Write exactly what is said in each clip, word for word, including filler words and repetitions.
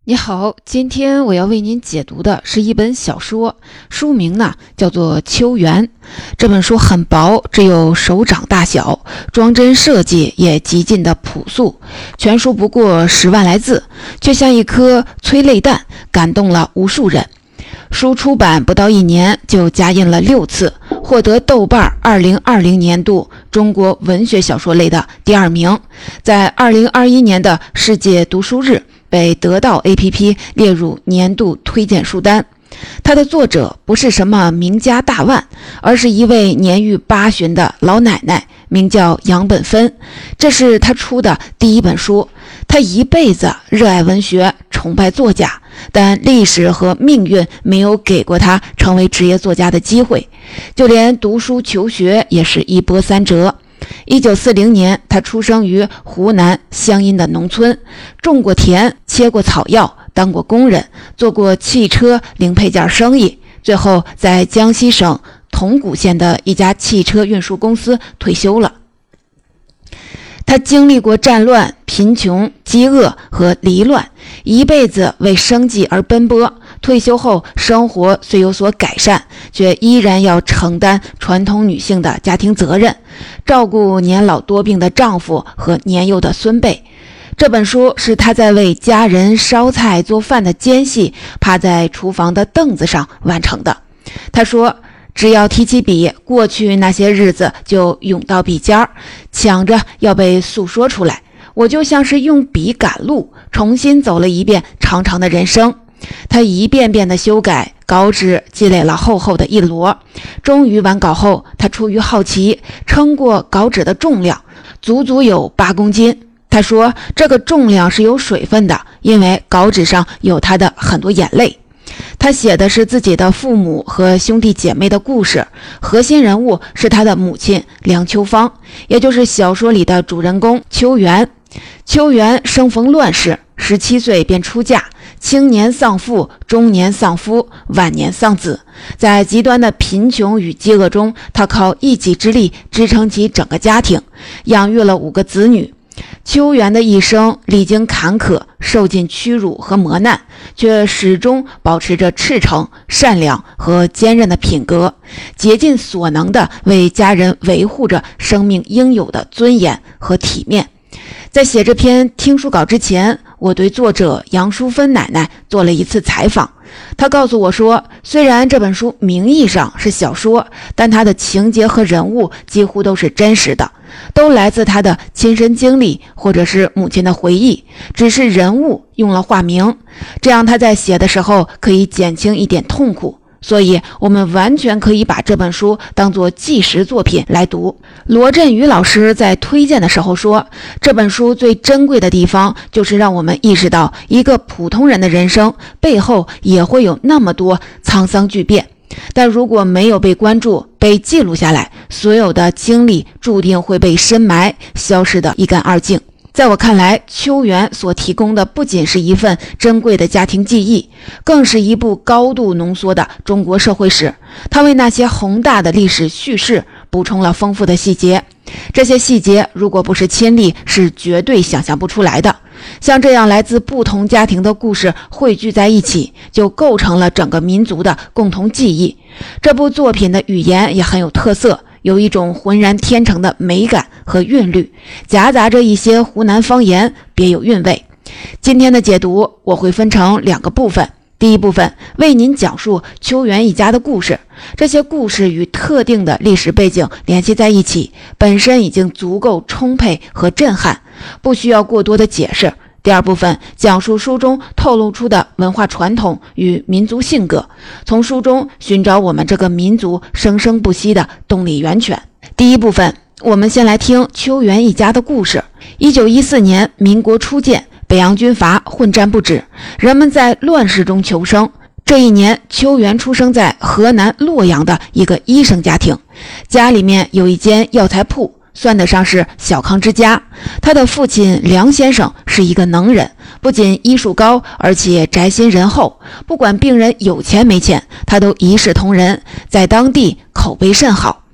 你好，今天我要为您解读的是一本小说，书名呢叫做《秋园》。这本书很薄，只有手掌大小，装帧设计也极尽的朴素，全书不过十万来字，却像一颗催泪弹，感动了无数人。书出版不到一年就加印了六次，获得豆瓣二零二零年度中国文学小说类的第二名，在二零二一年的世界读书日被得到 A P P 列入年度推荐书单。它的作者不是什么名家大腕，而是一位年逾八旬的老奶奶，名叫杨本芬。这是她出的第一本书。她一辈子热爱文学，崇拜作家，但历史和命运没有给过她成为职业作家的机会，就连读书求学也是一波三折。一九四零年，他出生于湖南湘阴的农村，种过田，切过草药，当过工人，做过汽车零配件生意，最后在江西省铜鼓县的一家汽车运输公司退休了。他经历过战乱、贫穷、饥饿和离乱，一辈子为生计而奔波。退休后，生活虽有所改善，却依然要承担传统女性的家庭责任，照顾年老多病的丈夫和年幼的孙辈。这本书是她在为家人烧菜做饭的间隙，趴在厨房的凳子上完成的。她说，只要提起笔，过去那些日子就涌到笔尖儿，抢着要被诉说出来。我就像是用笔赶路，重新走了一遍长长的人生。他一遍遍的修改，稿纸积累了厚厚的一摞。终于完稿后，他出于好奇，称过稿纸的重量，足足有八公斤。他说，这个重量是有水分的，因为稿纸上有他的很多眼泪。他写的是自己的父母和兄弟姐妹的故事，核心人物是他的母亲梁秋芳，也就是小说里的主人公秋园。秋园生逢乱世，十七岁便出嫁，青年丧父，中年丧夫，晚年丧子。在极端的贫穷与饥饿中，他靠一己之力支撑起整个家庭，养育了五个子女。秋园的一生历经坎坷，受尽屈辱和磨难，却始终保持着赤诚、善良和坚韧的品格，竭尽所能地为家人维护着生命应有的尊严和体面。在写这篇听书稿之前，我对作者杨淑芬奶奶做了一次采访。她告诉我说，虽然这本书名义上是小说，但它的情节和人物几乎都是真实的，都来自她的亲身经历或者是母亲的回忆，只是人物用了化名，这样她在写的时候可以减轻一点痛苦。所以我们完全可以把这本书当作纪实作品来读。罗振宇老师在推荐的时候说，这本书最珍贵的地方就是让我们意识到一个普通人的人生背后也会有那么多沧桑巨变，但如果没有被关注、被记录下来，所有的经历注定会被深埋，消失得一干二净。在我看来，秋园所提供的不仅是一份珍贵的家庭记忆，更是一部高度浓缩的中国社会史。它为那些宏大的历史叙事补充了丰富的细节，这些细节如果不是亲历，是绝对想象不出来的。像这样来自不同家庭的故事汇聚在一起，就构成了整个民族的共同记忆。这部作品的语言也很有特色，有一种浑然天成的美感和韵律，夹杂着一些湖南方言，别有韵味。今天的解读我会分成两个部分，第一部分为您讲述秋园一家的故事，这些故事与特定的历史背景联系在一起，本身已经足够充沛和震撼，不需要过多的解释。第二部分讲述书中透露出的文化传统与民族性格，从书中寻找我们这个民族生生不息的动力源泉。第一部分，我们先来听秋园一家的故事。一九一四年，民国初建，北洋军阀混战不止，人们在乱世中求生。这一年，秋园出生在河南洛阳的一个医生家庭，家里面有一间药材铺，算得上是小康之家。他的父亲梁先生是一个能人，不仅医术高，而且宅心仁厚，不管病人有钱没钱，他都一视同仁，在当地口碑甚好。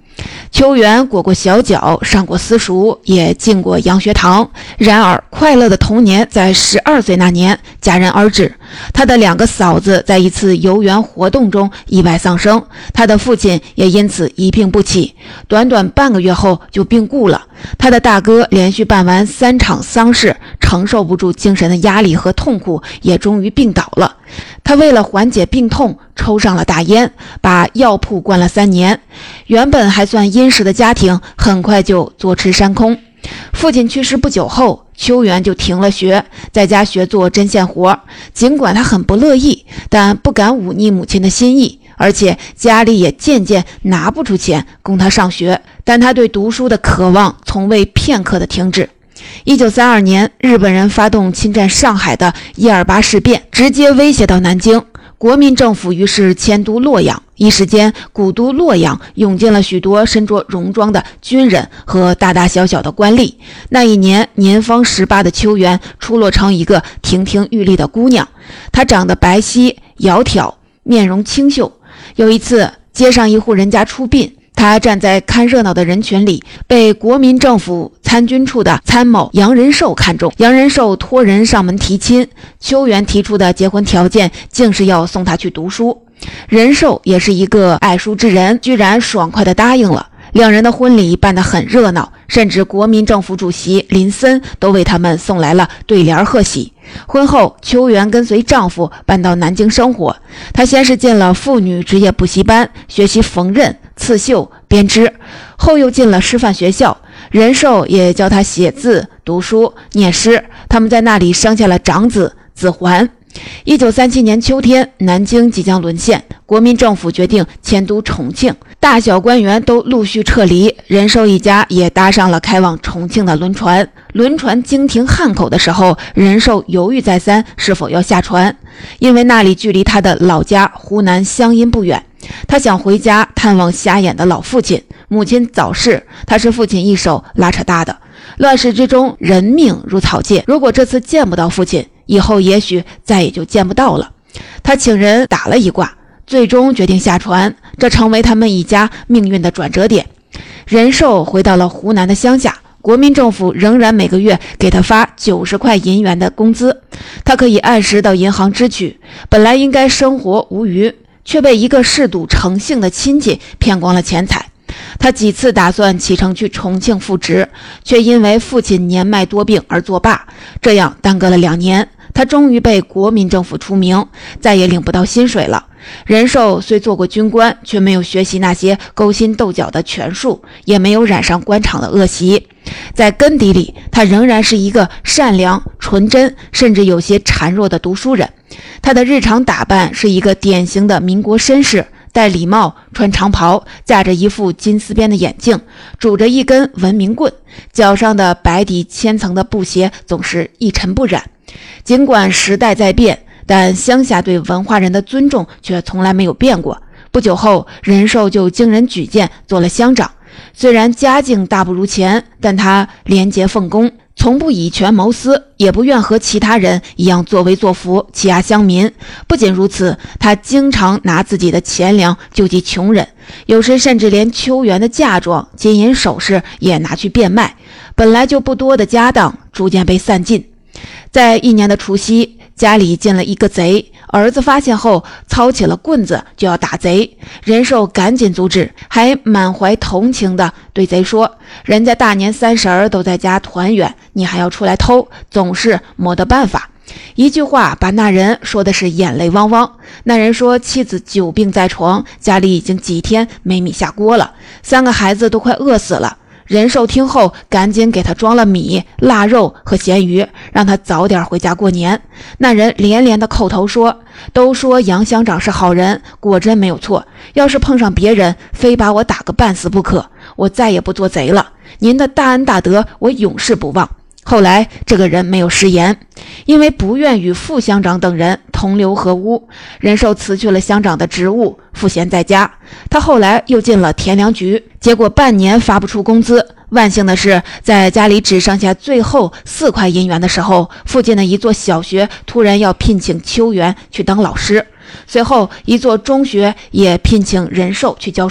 秋元裹过小脚，上过私塾，也进过洋学堂。然而快乐的童年在十二岁那年戛然而止。他的两个嫂子在一次游园活动中意外丧生，他的父亲也因此一病不起，短短半个月后就病故了。他的大哥连续办完三场丧事，承受不住精神的压力和痛苦，也终于病倒了。他为了缓解病痛，抽上了大烟，把药铺关了三年。原本还算殷实的家庭，很快就坐吃山空。父亲去世不久后，秋元就停了学，在家学做针线活。尽管他很不乐意，但不敢忤逆母亲的心意，而且家里也渐渐拿不出钱供他上学，但他对读书的渴望从未片刻的停止。一九三二年，日本人发动侵占上海的一二八事变，直接威胁到南京。国民政府于是迁都洛阳，一时间古都洛阳涌进了许多身着戎装的军人和大大小小的官吏。那一年年方十八的秋元出落成一个亭亭玉立的姑娘，她长得白皙窈窕，面容清秀。有一次街上一户人家出殡，他站在看热闹的人群里，被国民政府参军处的参谋杨仁寿看中。杨仁寿托人上门提亲，秋元提出的结婚条件竟是要送他去读书。仁寿也是一个爱书之人，居然爽快地答应了。两人的婚礼办得很热闹，甚至国民政府主席林森都为他们送来了对联贺喜。婚后，秋元跟随丈夫搬到南京生活。她先是进了妇女职业补习班，学习缝纫、刺绣、编织，后又进了师范学校。仁寿也教她写字、读书、念诗。他们在那里生下了长子子桓。一九三七年秋天，南京即将沦陷，国民政府决定迁都重庆，大小官员都陆续撤离，仁寿一家也搭上了开往重庆的轮船。轮船经停汉口的时候，仁寿犹豫再三是否要下船，因为那里距离他的老家湖南湘阴不远。他想回家探望瞎眼的老父亲，母亲早逝，他是父亲一手拉扯大的。乱世之中，人命如草芥，如果这次见不到父亲，以后也许再也就见不到了。他请人打了一卦，最终决定下船，这成为他们一家命运的转折点。仁寿回到了湖南的乡下，国民政府仍然每个月给他发九十块银元的工资，他可以按时到银行支取。本来应该生活无虞，却被一个嗜赌成性的亲戚骗光了钱财。他几次打算启程去重庆复职，却因为父亲年迈多病而作罢，这样耽搁了两年。他终于被国民政府除名，再也领不到薪水了。仁寿虽做过军官，却没有学习那些勾心斗角的权术，也没有染上官场的恶习。在根底里，他仍然是一个善良、纯真，甚至有些孱弱的读书人。他的日常打扮是一个典型的民国绅士，戴礼帽，穿长袍，架着一副金丝边的眼镜，拄着一根文明棍，脚上的白底千层的布鞋总是一尘不染。尽管时代在变，但乡下对文化人的尊重却从来没有变过。不久后，仁寿就经人举荐做了乡长。虽然家境大不如前，但他廉洁奉公，从不以权谋私，也不愿和其他人一样作威作福，欺压乡民。不仅如此，他经常拿自己的钱粮救济穷人，有时甚至连秋元的嫁妆、金银首饰也拿去变卖。本来就不多的家当逐渐被散尽。在一年的除夕，家里进了一个贼，儿子发现后操起了棍子就要打贼，仁寿赶紧阻止，还满怀同情地对贼说：人家大年三十儿都在家团圆，你还要出来偷，总是没得办法。一句话把那人说的是眼泪汪汪。那人说妻子久病在床，家里已经几天没米下锅了，三个孩子都快饿死了。仁寿听后赶紧给他装了米、腊肉和咸鱼，让他早点回家过年。那人连连的叩头说：都说杨乡长是好人，果真没有错，要是碰上别人非把我打个半死不可，我再也不做贼了，您的大恩大德我永世不忘。后来这个人没有食言，因为不愿与副乡长等人同流合污，仁寿辞去了乡长的职务，赋闲在家。他后来又进了田粮局，结果半年发不出工资。万幸的是，在家里只剩下最后四块银元的时候，附近的一座小学突然要聘请秋元去当老师，随后一座中学也聘请仁寿去教书。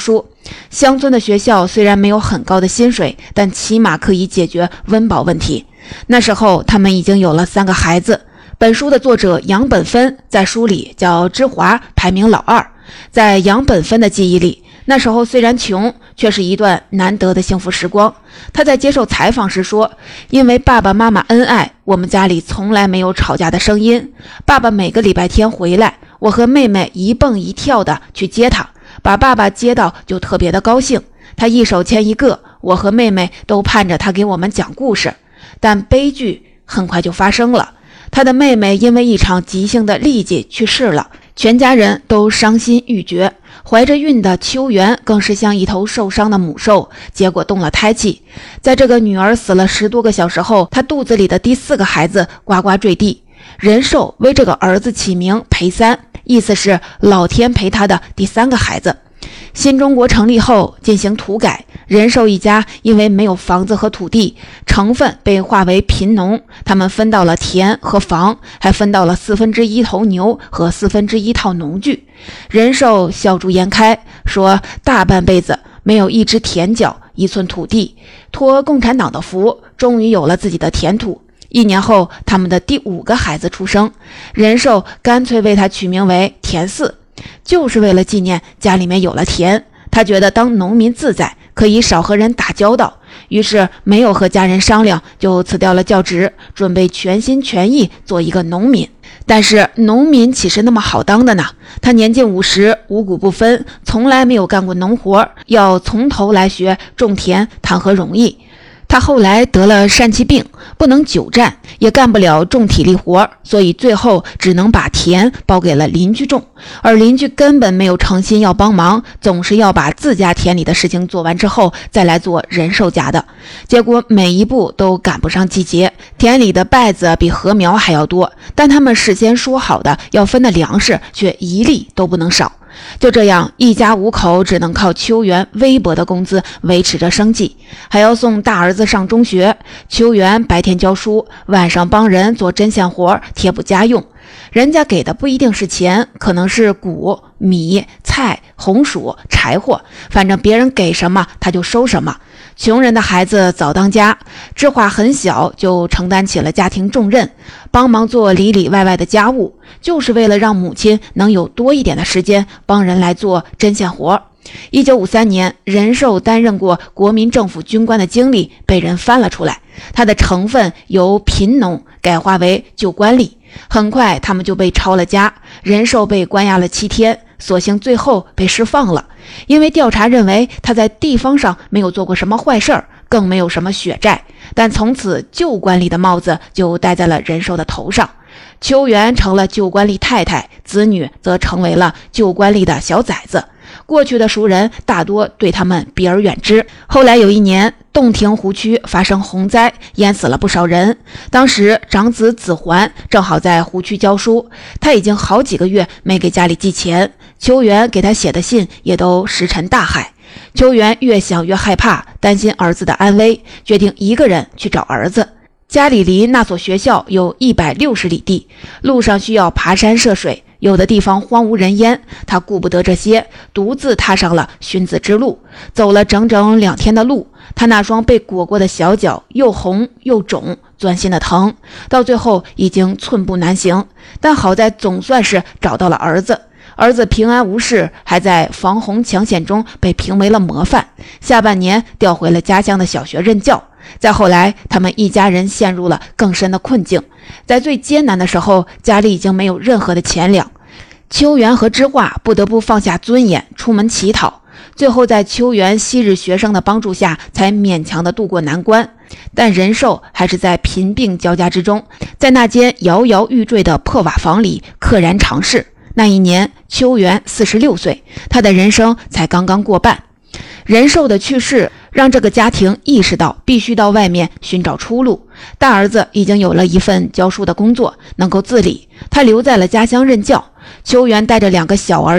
乡村的学校虽然没有很高的薪水，但起码可以解决温饱问题。那时候他们已经有了三个孩子。本书的作者杨本芬在书里叫芝华，排名老二。在杨本芬的记忆里，那时候虽然穷，却是一段难得的幸福时光。他在接受采访时说，因为爸爸妈妈恩爱，我们家里从来没有吵架的声音。爸爸每个礼拜天回来，我和妹妹一蹦一跳的去接他，把爸爸接到就特别的高兴。他一手牵一个，我和妹妹都盼着他给我们讲故事。但悲剧很快就发生了，他的妹妹因为一场急性的痢疾去世了，全家人都伤心欲绝。怀着孕的秋元更是像一头受伤的母兽，结果动了胎气。在这个女儿死了十多个小时后，她肚子里的第四个孩子呱呱坠地。仁寿为这个儿子起名裴三，意思是老天陪他的第三个孩子。新中国成立后进行土改，仁寿一家因为没有房子和土地，成分被划为贫农，他们分到了田和房，还分到了四分之一头牛和四分之一套农具。仁寿笑逐颜开，说大半辈子没有一只田角，一寸土地，托共产党的福，终于有了自己的田土。一年后，他们的第五个孩子出生，仁寿干脆为他取名为田四，就是为了纪念家里面有了田。他觉得当农民自在，可以少和人打交道，于是没有和家人商量，就辞掉了教职，准备全心全意做一个农民。但是农民岂是那么好当的呢？他年近五十，五谷不分，从来没有干过农活，要从头来学种田，谈何容易。他后来得了疝气病，不能久站，也干不了重体力活，所以最后只能把田包给了邻居种，而邻居根本没有诚心要帮忙，总是要把自家田里的事情做完之后再来做仁寿家的，结果每一步都赶不上季节，田里的稗子比禾苗还要多，但他们事先说好的要分的粮食却一粒都不能少。就这样，一家五口只能靠秋元微薄的工资维持着生计，还要送大儿子上中学。秋元白天教书，晚上帮人做针线活，贴补家用。人家给的不一定是钱，可能是谷、米、菜、红薯、柴火，反正别人给什么他就收什么。穷人的孩子早当家，芝华很小就承担起了家庭重任，帮忙做里里外外的家务，就是为了让母亲能有多一点的时间帮人来做针线活。一九五三年，仁寿担任过国民政府军官的经历被人翻了出来，他的成分由贫农改化为旧官吏。很快他们就被抄了家，仁寿被关押了七天，所幸最后被释放了。因为调查认为他在地方上没有做过什么坏事儿，更没有什么血债，但从此旧官吏的帽子就戴在了仁寿的头上。秋元成了旧官吏太太，子女则成为了旧官吏的小崽子。过去的熟人大多对他们避而远之。后来有一年，洞庭湖区发生洪灾，淹死了不少人。当时长子子桓正好在湖区教书，他已经好几个月没给家里寄钱，秋元给他写的信也都石沉大海。秋元越想越害怕，担心儿子的安危，决定一个人去找儿子。家里离那所学校有一百六十里地，路上需要爬山涉水，有的地方荒无人烟，他顾不得这些，独自踏上了寻子之路。走了整整两天的路，他那双被裹过的小脚又红又肿，钻心的疼，到最后已经寸步难行。但好在总算是找到了儿子，儿子平安无事，还在防洪抢险中被评为了模范，下半年调回了家乡的小学任教。再后来，他们一家人陷入了更深的困境，在最艰难的时候，家里已经没有任何的钱粮，秋元和芝华不得不放下尊严出门乞讨，最后在秋元昔日学生的帮助下才勉强的渡过难关。但仁寿还是在贫病交加之中，在那间摇摇欲坠的破瓦房里溘然长逝。那一年，秋元四十六岁，他的人生才刚刚过半。仁寿的去世让这个家庭意识到必须到外面寻找出路。大儿子已经有了一份教书的工作，能够自理，他留在了家乡任教。秋元带着两个小儿子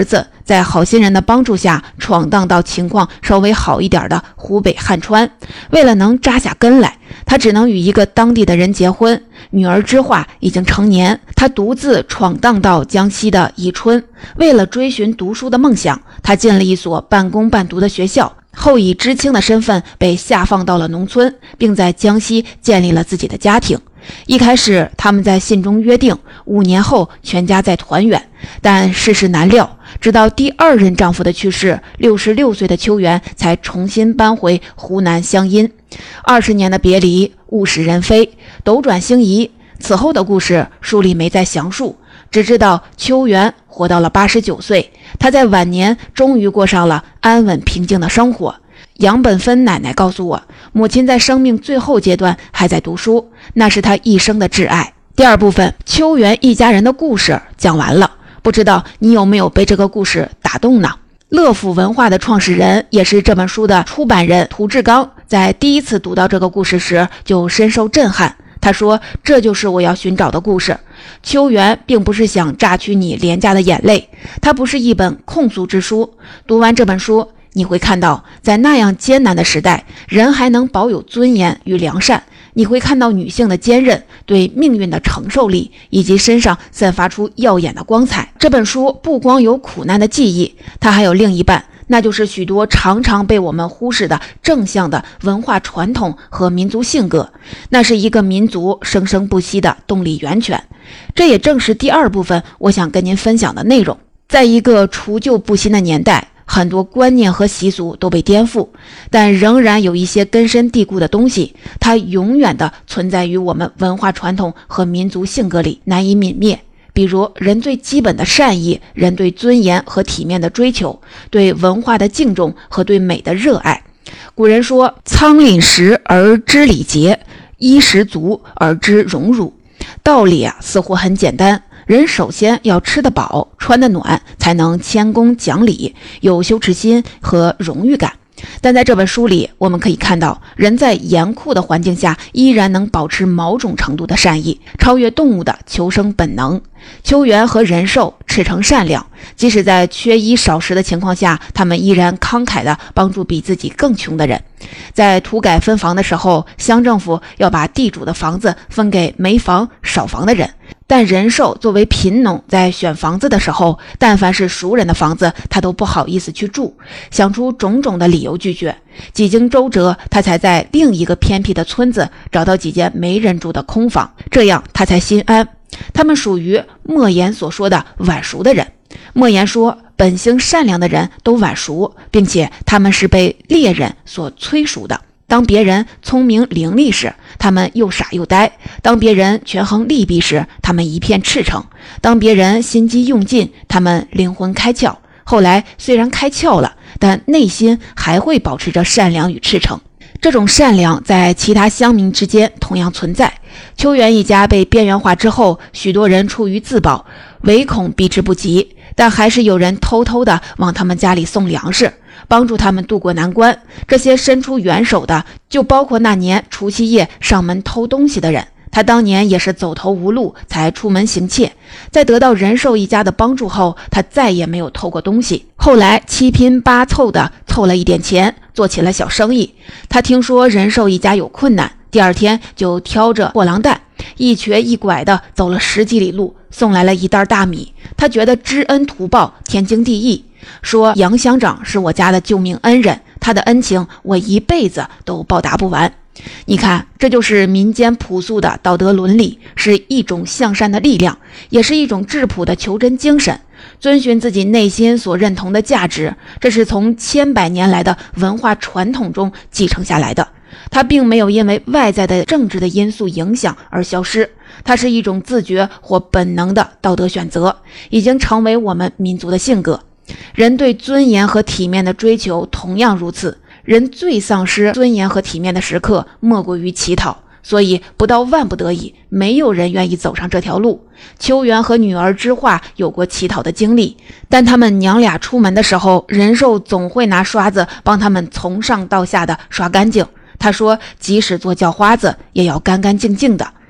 在好心人的帮助下闯荡到情况稍微好一点的湖北汉川。为了能扎下根来，他只能与一个当地的人结婚。女儿知画已经成年，他独自闯荡到江西的宜春。为了追寻读书的梦想，他进了一所半工半读的学校，后以知青的身份被下放到了农村，并在江西建立了自己的家庭。一开始他们在信中约定五年后全家再团圆，但世事难料，直到第二任丈夫的去世，六十六岁的秋元才重新搬回湖南湘阴。二十年的别离，物是人非，斗转星移。此后的故事书里没再详述，只知道秋元活到了八十九岁，他在晚年终于过上了安稳平静的生活。杨本芬奶奶告诉我，母亲在生命最后阶段还在读书，那是她一生的挚爱。第二部分，秋元一家人的故事讲完了，不知道你有没有被这个故事打动呢？乐府文化的创始人，也是这本书的出版人涂志刚，在第一次读到这个故事时就深受震撼。他说，这就是我要寻找的故事。秋元并不是想榨取你廉价的眼泪，它不是一本控诉之书。读完这本书，你会看到，在那样艰难的时代，人还能保有尊严与良善。你会看到女性的坚韧，对命运的承受力，以及身上散发出耀眼的光彩。这本书不光有苦难的记忆，它还有另一半，那就是许多常常被我们忽视的正向的文化传统和民族性格。那是一个民族生生不息的动力源泉。这也正是第二部分我想跟您分享的内容。在一个除旧布新的年代，很多观念和习俗都被颠覆，但仍然有一些根深蒂固的东西，它永远的存在于我们文化传统和民族性格里，难以泯灭。比如人最基本的善意，人对尊严和体面的追求，对文化的敬重和对美的热爱。古人说，仓廪实而知礼节，衣食足而知荣辱。道理啊，似乎很简单，人首先要吃得饱，穿得暖，才能谦恭讲理，有羞耻心和荣誉感。但在这本书里，我们可以看到，人在严酷的环境下依然能保持某种程度的善意，超越动物的求生本能。秋元和仁寿赤诚善良，即使在缺衣少食的情况下，他们依然慷慨地帮助比自己更穷的人。在土改分房的时候，乡政府要把地主的房子分给没房少房的人，但仁寿作为贫农，在选房子的时候，但凡是熟人的房子，他都不好意思去住，想出种种的理由拒绝。几经周折，他才在另一个偏僻的村子找到几间没人住的空房，这样他才心安。他们属于莫言所说的晚熟的人。莫言说，本性善良的人都晚熟，并且他们是被猎人所催熟的。当别人聪明伶俐时，他们又傻又呆；当别人权衡利弊时，他们一片赤诚；当别人心机用尽，他们灵魂开窍。后来虽然开窍了，但内心还会保持着善良与赤诚。这种善良在其他乡民之间同样存在。秋元一家被边缘化之后，许多人出于自保，唯恐避之不及，但还是有人偷偷的往他们家里送粮食，帮助他们渡过难关。这些伸出援手的，就包括那年除夕夜上门偷东西的人。他当年也是走投无路才出门行窃，在得到仁寿一家的帮助后，他再也没有偷过东西。后来七拼八凑的凑了一点钱，做起了小生意。他听说仁寿一家有困难，第二天就挑着货郎担，一瘸一拐的走了十几里路，送来了一袋大米。他觉得知恩图报，天经地义，说杨乡长是我家的救命恩人，他的恩情我一辈子都报答不完。你看，这就是民间朴素的道德伦理，是一种向善的力量，也是一种质朴的求真精神，遵循自己内心所认同的价值。这是从千百年来的文化传统中继承下来的，它并没有因为外在的政治的因素影响而消失，它是一种自觉或本能的道德选择，已经成为我们民族的性格。人对尊严和体面的追求同样如此，人最丧失尊严和体面的时刻莫过于乞讨，所以不到万不得已，没有人愿意走上这条路。秋元和女儿知画有过乞讨的经历，但他们娘俩出门的时候，仁寿总会拿刷子帮他们从上到下的刷干净。他说，即使做叫花子也要干干净净的。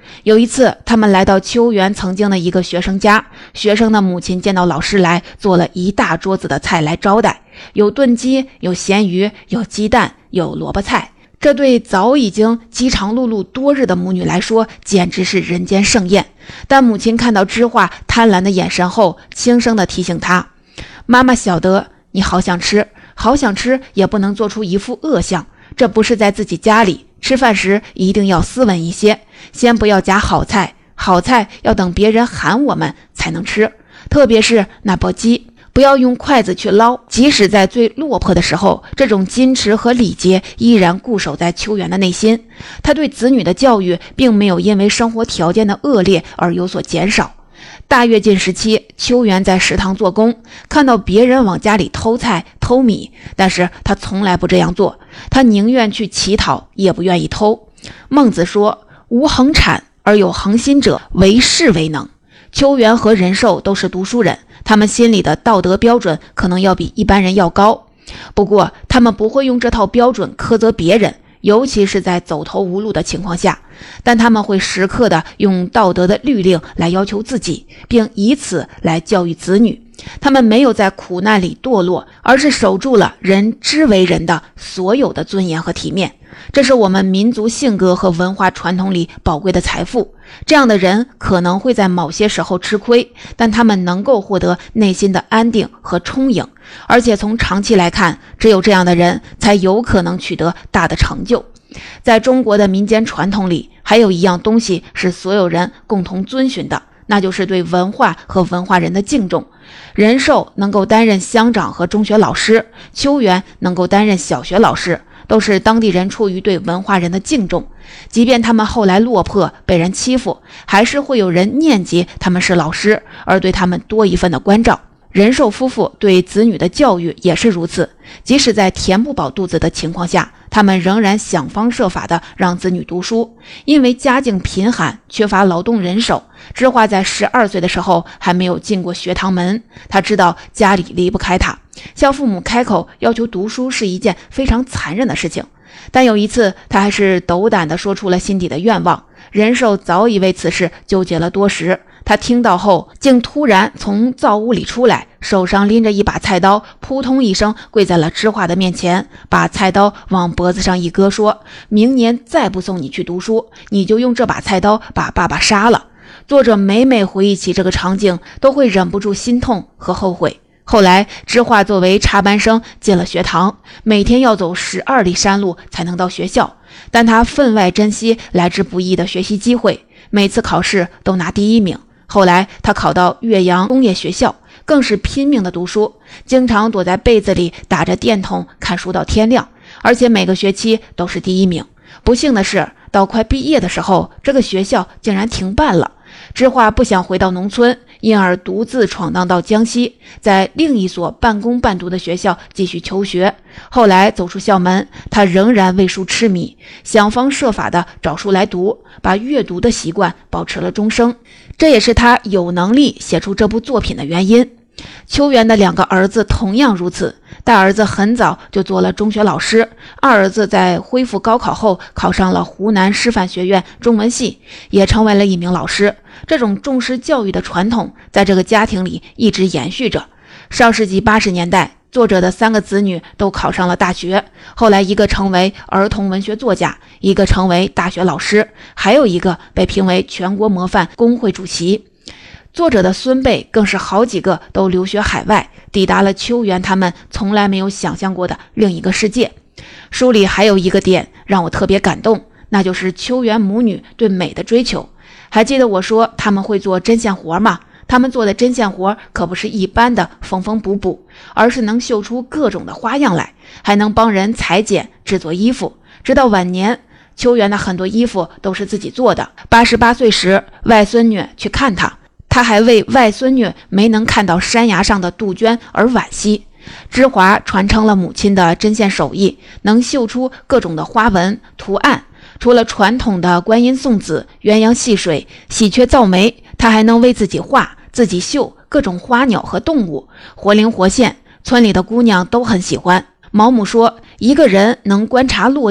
有一次，他们来到秋园曾经的一个学生家，学生的母亲见到老师来，做了一大桌子的菜来招待，有炖鸡，有咸鱼，有鸡蛋，有萝卜菜。这对早已经饥肠辘辘多日的母女来说，简直是人间盛宴。但母亲看到知画贪婪的眼神后，轻声地提醒她：妈妈晓得你好想吃，好想吃也不能做出一副恶相，这不是在自己家里，吃饭时一定要斯文一些，先不要夹好菜，好菜要等别人喊我们才能吃，特别是那钵鸡，不要用筷子去捞。即使在最落魄的时候，这种矜持和礼节依然固守在秋园的内心。他对子女的教育并没有因为生活条件的恶劣而有所减少。大跃进时期，秋园在食堂做工，看到别人往家里偷菜偷米，但是他从来不这样做，他宁愿去乞讨，也不愿意偷。孟子说：无恒产而有恒心者，为士为能。秋园和仁寿都是读书人，他们心里的道德标准可能要比一般人要高，不过他们不会用这套标准苛责别人，尤其是在走投无路的情况下，但他们会时刻的用道德的律令来要求自己，并以此来教育子女。他们没有在苦难里堕落，而是守住了人之为人的所有的尊严和体面。这是我们民族性格和文化传统里宝贵的财富。这样的人可能会在某些时候吃亏，但他们能够获得内心的安定和充盈，而且从长期来看，只有这样的人才有可能取得大的成就。在中国的民间传统里，还有一样东西是所有人共同遵循的，那就是对文化和文化人的敬重。仁寿能够担任乡长和中学老师，秋园能够担任小学老师，都是当地人出于对文化人的敬重。即便他们后来落魄被人欺负，还是会有人念及他们是老师，而对他们多一份的关照。仁寿夫妇对子女的教育也是如此，即使在填不饱肚子的情况下，他们仍然想方设法地让子女读书。因为家境贫寒，缺乏劳动人手，知画在十二岁的时候还没有进过学堂门，他知道家里离不开他，向父母开口要求读书是一件非常残忍的事情。但有一次，他还是斗胆地说出了心底的愿望。仁寿早已为此事纠结了多时，他听到后竟突然从灶屋里出来，手上拎着一把菜刀，扑通一声跪在了知画的面前，把菜刀往脖子上一搁，说：明年再不送你去读书，你就用这把菜刀把爸爸杀了。作者每每回忆起这个场景，都会忍不住心痛和后悔。后来知画作为插班生进了学堂，每天要走十二里山路才能到学校，但他分外珍惜来之不易的学习机会，每次考试都拿第一名。后来他考到岳阳工业学校，更是拼命的读书，经常躲在被子里打着电筒看书到天亮，而且每个学期都是第一名。不幸的是，到快毕业的时候，这个学校竟然停办了。知画不想回到农村，因而独自闯荡到江西，在另一所半工半读的学校继续求学。后来走出校门，他仍然为书痴迷，想方设法地找书来读，把阅读的习惯保持了终生。这也是他有能力写出这部作品的原因。秋园的两个儿子同样如此，大儿子很早就做了中学老师，二儿子在恢复高考后考上了湖南师范学院中文系，也成为了一名老师。这种重视教育的传统在这个家庭里一直延续着。上世纪八十年代，作者的三个子女都考上了大学，后来一个成为儿童文学作家，一个成为大学老师，还有一个被评为全国模范工会主席。作者的孙辈更是好几个都留学海外，抵达了秋园他们从来没有想象过的另一个世界。书里还有一个点让我特别感动，那就是秋园母女对美的追求。还记得我说他们会做针线活吗？他们做的针线活可不是一般的缝缝补补，而是能绣出各种的花样来，还能帮人裁剪制作衣服。直到晚年，秋园的很多衣服都是自己做的。八十八岁时，外孙女去看他，他还为外孙女没能看到山崖上的杜鹃而惋惜。知华传承了母亲的针线手艺，能绣出各种的花纹图案。除了传统的观音送子、鸳鸯戏水、喜鹊造梅，他还能为自己画、自己绣各种花鸟和动物，活灵活现，村里的姑娘都很喜欢。毛姆说，一个人能观察落叶，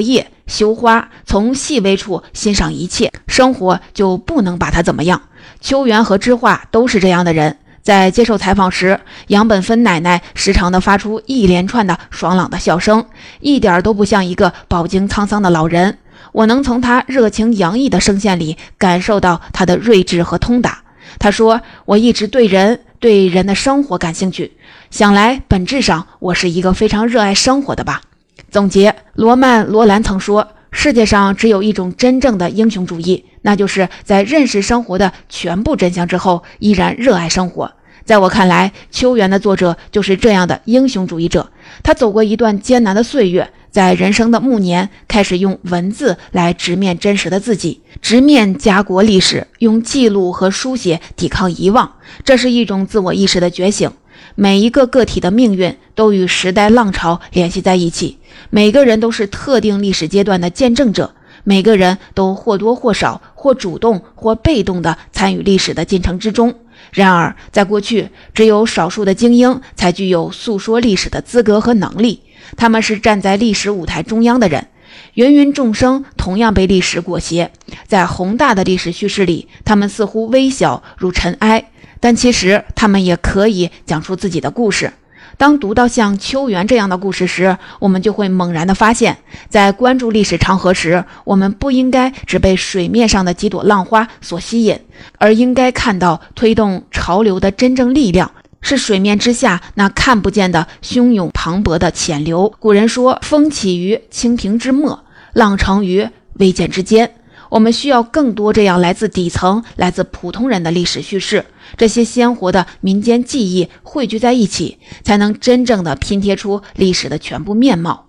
羞花，从细微处欣赏一切，生活就不能把它怎么样。秋元和知画都是这样的人。在接受采访时，杨本芬奶奶时常地发出一连串的爽朗的笑声，一点都不像一个饱经沧桑的老人。我能从她热情洋溢的声线里感受到她的睿智和通达。她说，我一直对人对人的生活感兴趣，想来本质上我是一个非常热爱生活的吧。总结，罗曼·罗兰曾说，世界上只有一种真正的英雄主义，那就是在认识生活的全部真相之后依然热爱生活。在我看来，秋园的作者就是这样的英雄主义者。他走过一段艰难的岁月，在人生的暮年开始用文字来直面真实的自己，直面家国历史，用记录和书写抵抗遗忘。这是一种自我意识的觉醒。每一个个体的命运都与时代浪潮联系在一起，每个人都是特定历史阶段的见证者，每个人都或多或少，或主动或被动地参与历史的进程之中。然而，在过去，只有少数的精英才具有诉说历史的资格和能力，他们是站在历史舞台中央的人。芸芸众生同样被历史裹挟，在宏大的历史叙事里，他们似乎微小如尘埃，但其实他们也可以讲出自己的故事。当读到像秋园这样的故事时，我们就会猛然地发现，在关注历史长河时，我们不应该只被水面上的几朵浪花所吸引，而应该看到推动潮流的真正力量，是水面之下那看不见的汹涌磅礴的潜流。古人说，风起于青萍之末，浪成于微见之间。我们需要更多这样来自底层、来自普通人的历史叙事，这些鲜活的民间记忆汇聚在一起，才能真正的拼贴出历史的全部面貌。